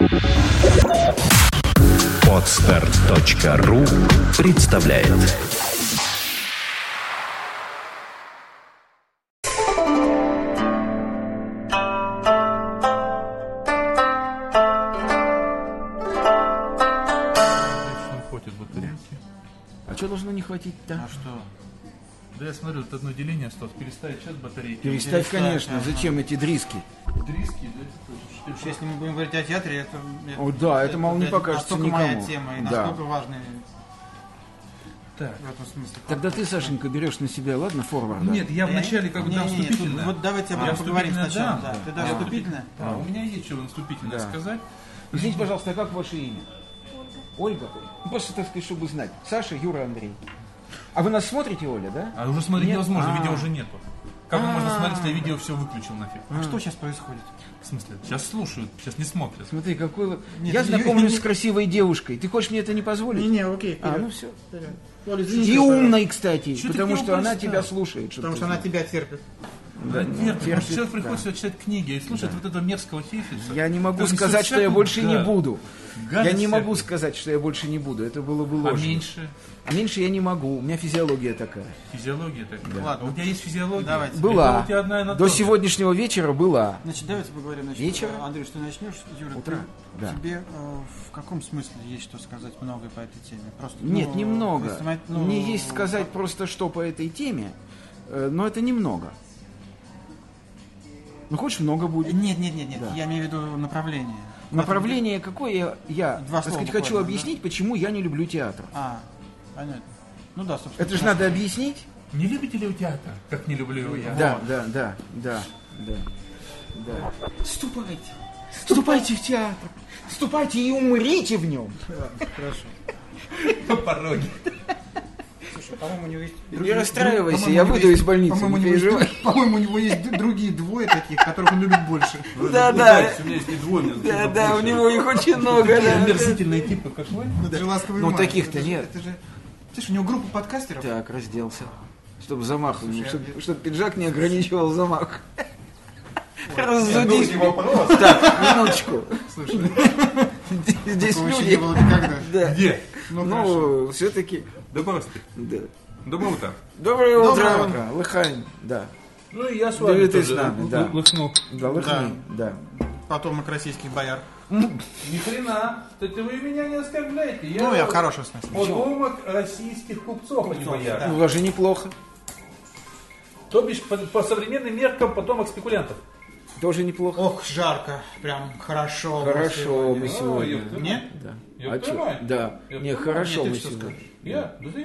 Podster.ru представляет. А что должно не хватить-то? А что? Да я смотрю, тут одно деление осталось. Переставить сейчас батарейки. Переставь, конечно. Ага. Зачем эти дриски? Дриски, да? Потому что если мы будем говорить о театре, это О, да, это мало не покажется настолько никому. моя тема и Да. настолько важная Так. в этом смысле. Тогда ты, Сашенька, берешь на себя, ладно, форварда? Нет, я вначале как бы дам Не-не-не, вступительное. тут вот давайте об Я этом поговорим вступительное сначала. дам. Да. Ты дашь Я вступительное? Да, у меня есть что наступительное Да. сказать. Извините, пожалуйста, а как ваше имя? Ольга. Ну, просто, так сказать, чтобы знать. Саша, Юра, Андрей. А вы нас смотрите, Оля, да? А уже смотреть Нет? невозможно, А. видео уже нету. Как можно смотреть, если я видео все выключил нафиг? А что сейчас происходит? В смысле? Сейчас слушают, сейчас не смотрят. Смотри, какой вы... Нет, Я знакомлюсь не- с красивой девушкой. Ты хочешь мне это не позволить? Не-не, окей, А, вперед. ну все. Оля, извините, И что- умной, кстати, Чё ты потому к нему что она пристал? тебя слушает. чтоб Потому ты что она знал. тебя терпит. Да, нет, потому что терпит, человек приходит да. сюда читать книги и слушает вот этого мерзкого фифиса. Я не могу Который сказать, несет что я всякую больше не гадость. буду. Я Гадость не могу всякую. сказать, что я больше не буду. Это было бы А ложно. меньше? А меньше я не могу. У меня физиология такая. Физиология такая. Ладно. У тебя есть физиология? Давайте. Была. Это у тебя одна и До анатомия. сегодняшнего вечера была. Значит, давайте поговорим. Значит, Вечером? Андрей, что начнешь? Юра, Утро. ты- Да. тебе в каком смысле есть что сказать много по этой теме? Просто, Нет, ну, немного. хрестомат- ну, Мне есть сказать просто что по этой теме, но это немного. Ну, хочешь, много будет. Нет, Да. я имею в виду направление. Направление какое я Два так слова сказать, хочу буквально, объяснить, почему я не люблю театр. А, понятно. Ну да, собственно. Это же надо объяснить. Не любите ли вы театр? Как не люблю его я. Да. Ступайте. Ступайте в театр. Ступайте и умрите в нем. Хорошо. По пороге. Слушай, по-моему, у него есть... Не расстраивайся, по-моему, я у него выйду есть- из больницы, По-моему, не у него есть- переживай. по-моему, у него есть другие двое таких, которых он любит больше. Да. У меня есть и двое. Да, у него их очень много, да. Омерзительные типы, как вы. Это же ласковый Ну, май. таких-то Это же- нет. Это же... Слышь, у него группа подкастеров. Так, разделся. Чтобы замах, чтобы пиджак не ограничивал замах. Разудись. Так, минуточку. Слушай, Здесь такого еще не люди. было никогда. Да. Где? Ну, все-таки. Добрости. Да. Доброе утро. Доброе Доброе утро. утро. Лыхань, да. Ну и я с Да вами и ты тоже с нами, да. лыхну. Да, лыхни, да. Потомок российских бояр. Ни хрена. Кстати, вы меня не оскорбляете. Ну, я в хорошем смысле. Потомок российских купцов, а не бояр. да. Ну, даже неплохо. То бишь, по современным меркам, потомок спекулянтов. Тоже неплохо. Ох, жарко. Прям хорошо. Хорошо мы сегодня. ёпта. Нет? Да. Ёпта А чё? мать. Да. Ёпта Не, мать. хорошо Нет, ты мы что сегодня. скажешь? Я? Да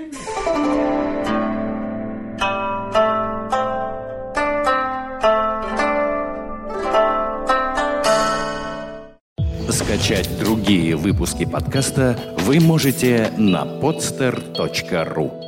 заебись. Скачать другие выпуски подкаста вы можете на podster.ru.